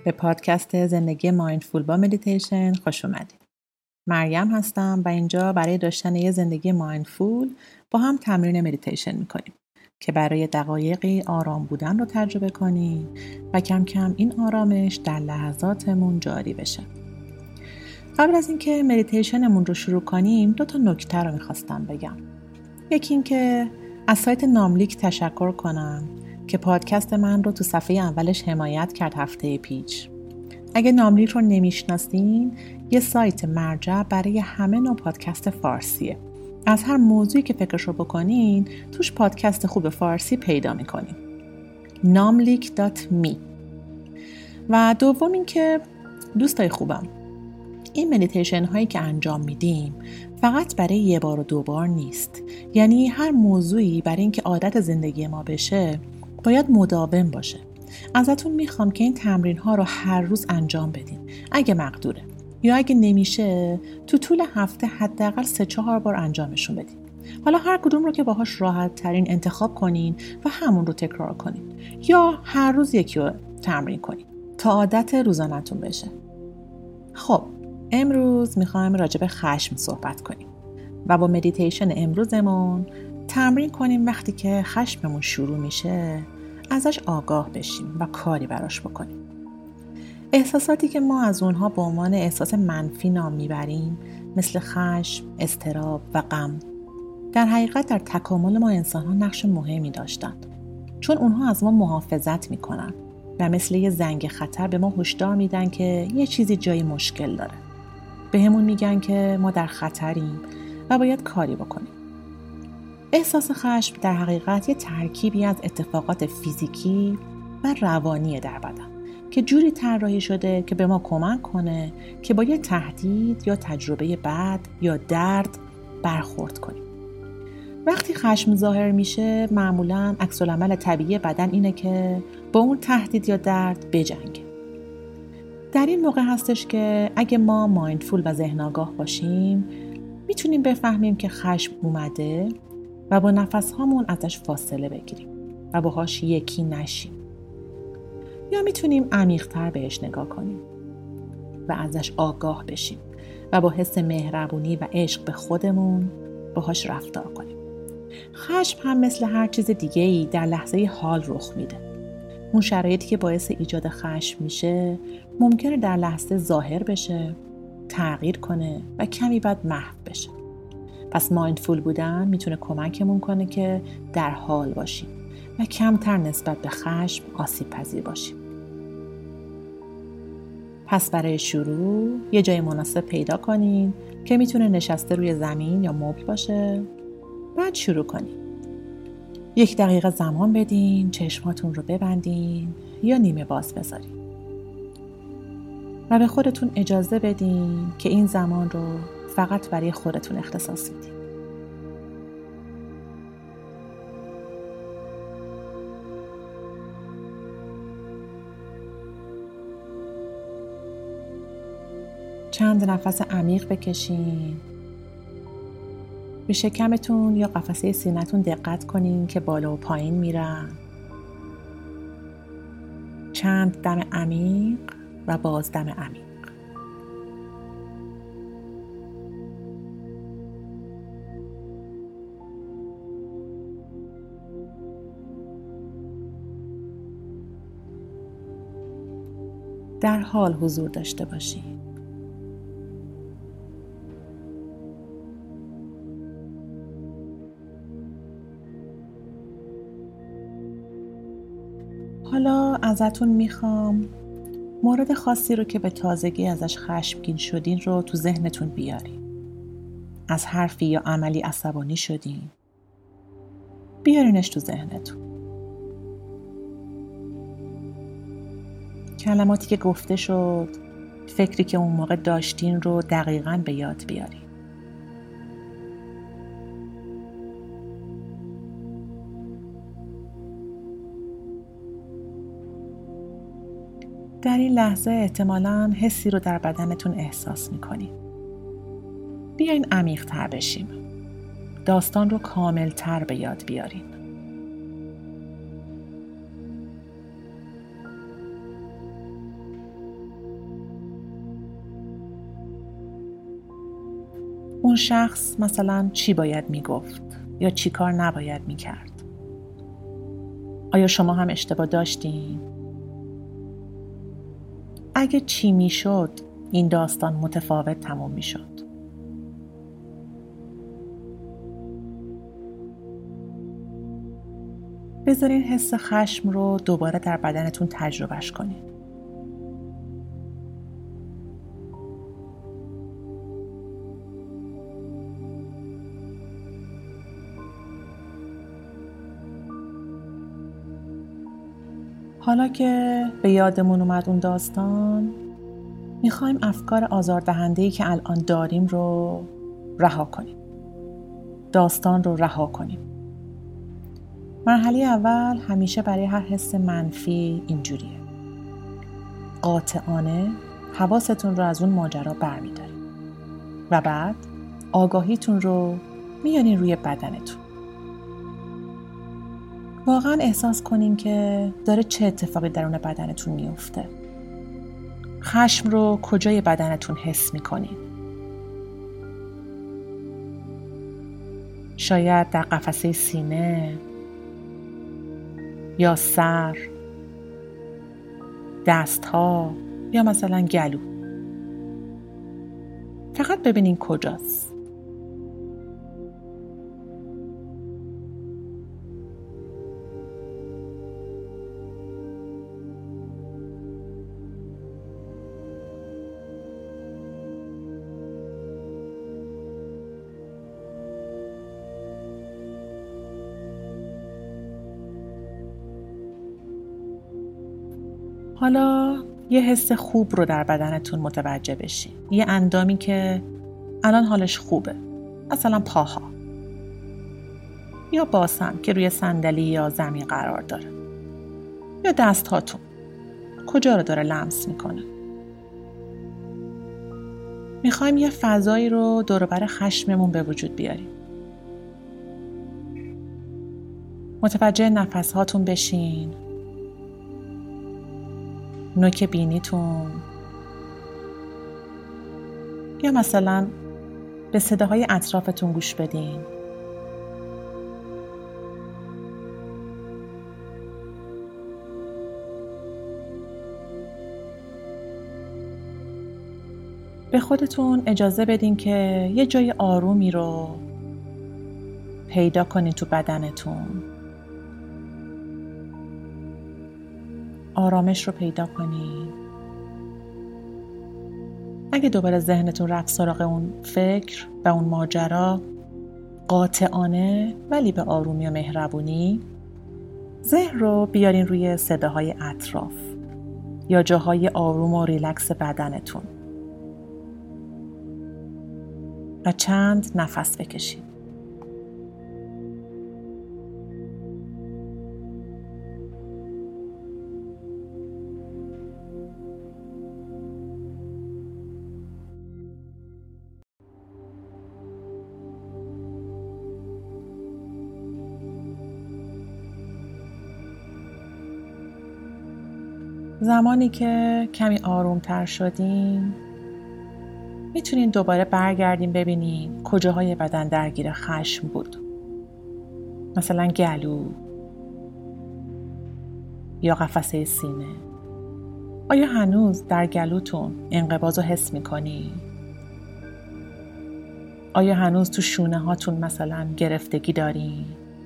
به پادکست زندگی مایندفول با مدیتیشن خوش اومدید. مریم هستم و اینجا برای داشتن یه زندگی مایندفول با هم تمرین مدیتیشن میکنیم که برای دقایقی آرام بودن رو تجربه کنیم و کم کم این آرامش در لحظاتمون جاری بشه. قبل از اینکه مدیتیشنمون رو شروع کنیم 2 نکته رو میخواستم بگم. یکی این که از سایت ناملیک تشکر کنم که پادکست من رو تو صفحه اولش حمایت کرد هفته پیش. اگه ناملیک رو نمیشناسین، یه سایت مرجع برای همه نوع پادکست فارسیه. از هر موضوعی که فکرشو بکنین، توش پادکست خوب فارسی پیدا میکنین. namlik.me. و دوم این که دوستای خوبم، این مدیتیشن هایی که انجام میدیم فقط برای 1 بار و 2 بار نیست. یعنی هر موضوعی برای اینکه عادت زندگی ما بشه باید مداوم باشه. ازتون میخوام که این تمرین ها رو هر روز انجام بدین اگه مقدوره، یا اگه نمیشه تو طول هفته حداقل 3-4 بار انجامشون بدین. حالا هر کدوم رو که باهاش راحت ترین انتخاب کنین و همون رو تکرار کنین، یا هر روز یکی رو تمرین کنین تا عادت روزانه‌تون بشه. خب امروز میخوایم راجع به خشم صحبت کنیم و با مدیتیشن امروزمون تمرین کنیم وقتی که خشممون شروع میشه ازش آگاه بشیم و کاری براش بکنیم. احساساتی که ما از اونها به عنوان احساس منفی نام میبریم، مثل خشم، اضطراب و غم، در حقیقت در تکامل ما انسان‌ها نقش مهمی داشتند، چون اونها از ما محافظت میکنن و مثل یه زنگ خطر به ما هشدار میدن که یه چیزی جای مشکل داره. بهمون میگن که ما در خطریم و باید کاری بکنیم. احساس خشم در حقیقت یه ترکیبی از اتفاقات فیزیکی و روانی در بدن که جوری طراحی شده که به ما کمک کنه که با یه تهدید یا تجربه بد یا درد برخورد کنیم. وقتی خشم ظاهر میشه، معمولاً عکس‌العمل طبیعی بدن اینه که با اون تهدید یا درد بجنگه. در این موقع هستش که اگه ما مایندفول و ذهن آگاه باشیم، میتونیم بفهمیم که خشم اومده و با نفس هامون ازش فاصله بگیریم و باهاش یکی نشیم. یا میتونیم عمیق‌تر بهش نگاه کنیم و ازش آگاه بشیم و با حس مهربونی و عشق به خودمون باهاش رفتار کنیم. خشم هم مثل هر چیز دیگه‌ای در لحظه حال رخ میده. اون شرایطی که باعث ایجاد خشم میشه ممکنه در لحظه ظاهر بشه، تغییر کنه و کمی بعد محو بشه. پس مایندفول بودن میتونه کمکمون کنه که در حال باشیم و کمتر نسبت به خشم آسیب پذیر باشیم. پس برای شروع یه جای مناسب پیدا کنین که میتونه نشسته روی زمین یا مبل باشه. بعد شروع کنین. 1 دقیقه زمان بدین، چشماتون رو ببندین یا نیمه باز بذارین و به خودتون اجازه بدین که این زمان رو فقط برای خودتون اختصاص بدین. چند نفس عمیق بکشین. به شکمتون یا قفسه سینه‌تون دقت کنین که بالا و پایین میرن. چند دم عمیق و بازدم عمیق. در حال حضور داشته باشین. حالا ازتون میخوام مورد خاصی رو که به تازگی ازش خشمگین شدین رو تو ذهنتون بیارین. از حرفی یا عملی عصبانی شدین، بیارینش تو ذهنتون. کلماتی که گفته شد، فکری که اون موقع داشتین رو دقیقاً به یاد بیارین. در این لحظه احتمالاً حسی رو در بدنتون احساس میکنین. بیاین عمیق‌تر بشیم. داستان رو کامل‌تر به یاد بیارین. اون شخص مثلا چی باید میگفت یا چی کار نباید میکرد. آیا شما هم اشتباه داشتین؟ اگه چی میشد این داستان متفاوت تموم میشد؟ بذارین حس خشم رو دوباره در بدنتون تجربهش کنین. حالا که به یادمون اومد اون داستان، میخوایم افکار آزاردهنده‌ای که الان داریم رو رها کنیم. داستان رو رها کنیم. مرحله اول همیشه برای هر حس منفی اینجوریه. قاطعانه حواستون رو از اون ماجرا برمی‌دارید و بعد آگاهیتون رو میارین روی بدنتون. واقعا احساس کنین که داره چه اتفاقی درون بدنتون میفته. خشم رو کجای بدنتون حس میکنین؟ شاید در قفسه سینه یا سر، دستها یا مثلا گلو. فقط ببینین کجاست. حالا یه حس خوب رو در بدنتون متوجه بشین. یه اندامی که الان حالش خوبه. مثلا پاها. یا باسن که روی صندلی یا زمین قرار داره. یا دستهاتون. کجا رو داره لمس میکنه. میخوایم یه فضایی رو دور و بر خشممون به وجود بیاریم. متوجه نفس هاتون بشین. نوک بینیتون، یا مثلا به صداهای اطرافتون گوش بدین. به خودتون اجازه بدین که یه جای آرومی رو پیدا کنین تو بدنتون. آرامش رو پیدا کنین. اگه دوباره ذهنتون رفت سراغ اون فکر و اون ماجرا، قاطعانه ولی به آرومی و مهربونی ذهن رو بیارین روی صداهای اطراف یا جاهای آروم و ریلکس بدنتون و چند نفس بکشید. زمانی که کمی آرومتر شدین، میتونین دوباره برگردین ببینین کجاهای بدن درگیر خشم بود. مثلا گلو یا قفسه سینه. آیا هنوز در گلوتون انقباض رو حس میکنین؟ آیا هنوز تو شونه هاتون مثلا گرفتگی دارین؟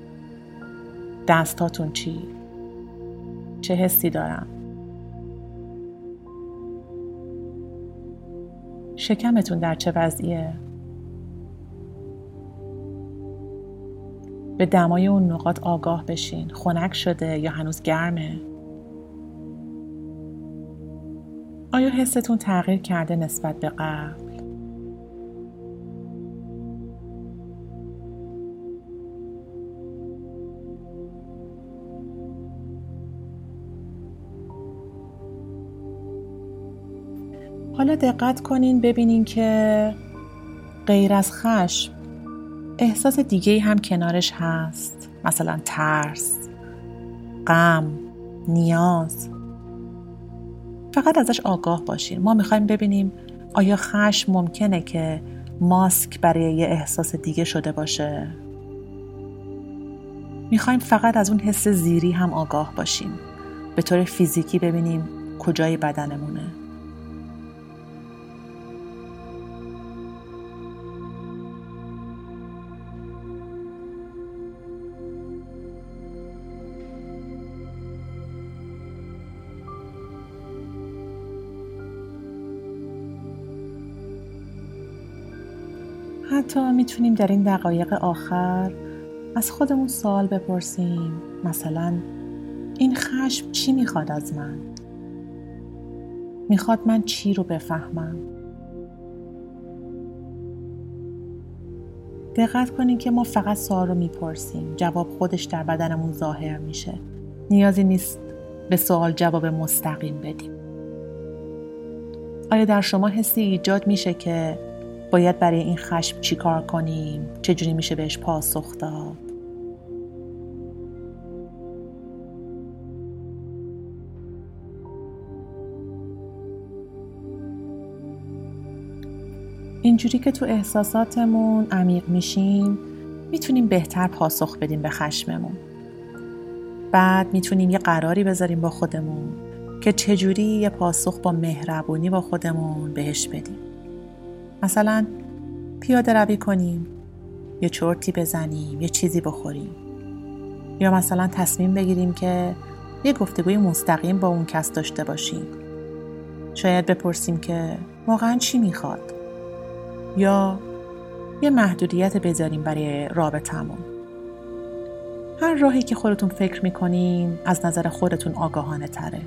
دستاتون چی؟ چه حسی دارن؟ شکمتون در چه وضعیه؟ به دمای اون نقاط آگاه بشین. خنک شده یا هنوز گرمه؟ آیا حستون تغییر کرده نسبت به قبل؟ حالا دقت کنین ببینین که غیر از خشم احساس دیگه‌ای هم کنارش هست. مثلا ترس، غم، نیاز. فقط ازش آگاه باشین. ما میخوایم ببینیم آیا خشم ممکنه که ماسک برای یه احساس دیگه شده باشه. میخوایم فقط از اون حس زیری هم آگاه باشیم، به طور فیزیکی ببینیم کجای بدنمونه. حتی میتونیم در این دقایق آخر از خودمون سوال بپرسیم، مثلا این خشم چی میخواد از من؟ میخواد من چی رو بفهمم؟ دقت کنین که ما فقط سوال رو میپرسیم، جواب خودش در بدنمون ظاهر میشه. نیازی نیست به سوال جواب مستقیم بدیم. آیا در شما حسی ایجاد میشه که باید برای این خشم چی کار کنیم؟ چجوری میشه بهش پاسخ داد؟ اینجوری که تو احساساتمون عمیق میشیم، میتونیم بهتر پاسخ بدیم به خشممون. بعد میتونیم یه قراری بذاریم با خودمون که چجوری یه پاسخ با مهربونی با خودمون بهش بدیم. مثلا پیاده روی کنیم، یه چرتی بزنیم، یه چیزی بخوریم، یا مثلا تصمیم بگیریم که یه گفتگوی مستقیم با اون کس داشته باشیم. شاید بپرسیم که واقعا چی میخواد، یا یه محدودیت بذاریم برای رابطمون. هر راهی که خودتون فکر میکنین از نظر خودتون آگاهانه تره.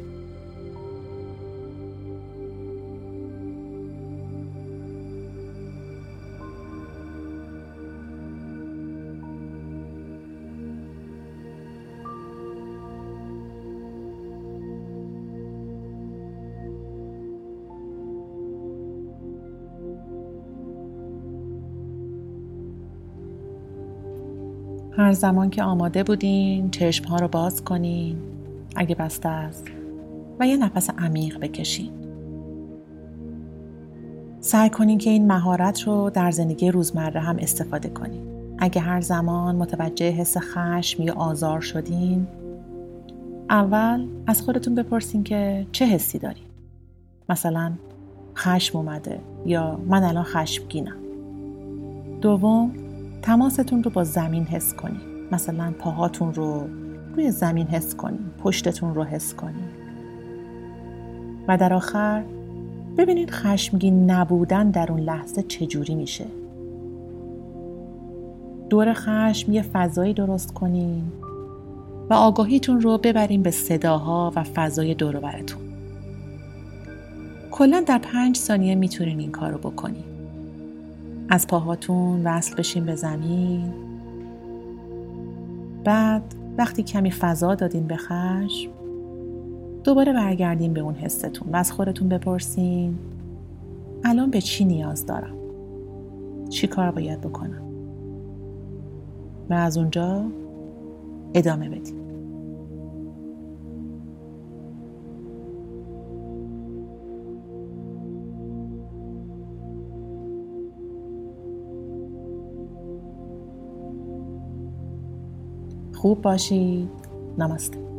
هر زمان که آماده بودین چشم‌ها رو باز کنین اگه بسته است و یه نفس عمیق بکشین. سعی کنین که این مهارت رو در زندگی روزمره هم استفاده کنین. اگه هر زمان متوجه حس خشم یا آزار شدین، اول از خودتون بپرسین که چه حسی دارین. مثلا خشم اومده یا من الان خشمگینم. دوم، تماستون رو با زمین حس کنین. مثلا پاهاتون رو روی زمین حس کنین، پشتتون رو حس کنین. و در آخر ببینید خشمگین نبودن در اون لحظه چجوری میشه. دور خشم یه فضایی درست کنین و آگاهیتون رو ببرین به صداها و فضای دور و برتون. کلاً در 5 ثانیه میتونین این کار رو بکنین. از پاهاتون وصل بشین به زمین. بعد وقتی کمی فضا دادین به خشم، دوباره برگردین به اون حستون و از خودتون بپرسین الان به چی نیاز دارم؟ چی کار باید بکنم؟ و از اونجا ادامه بدین. خوب باشید. نماسته.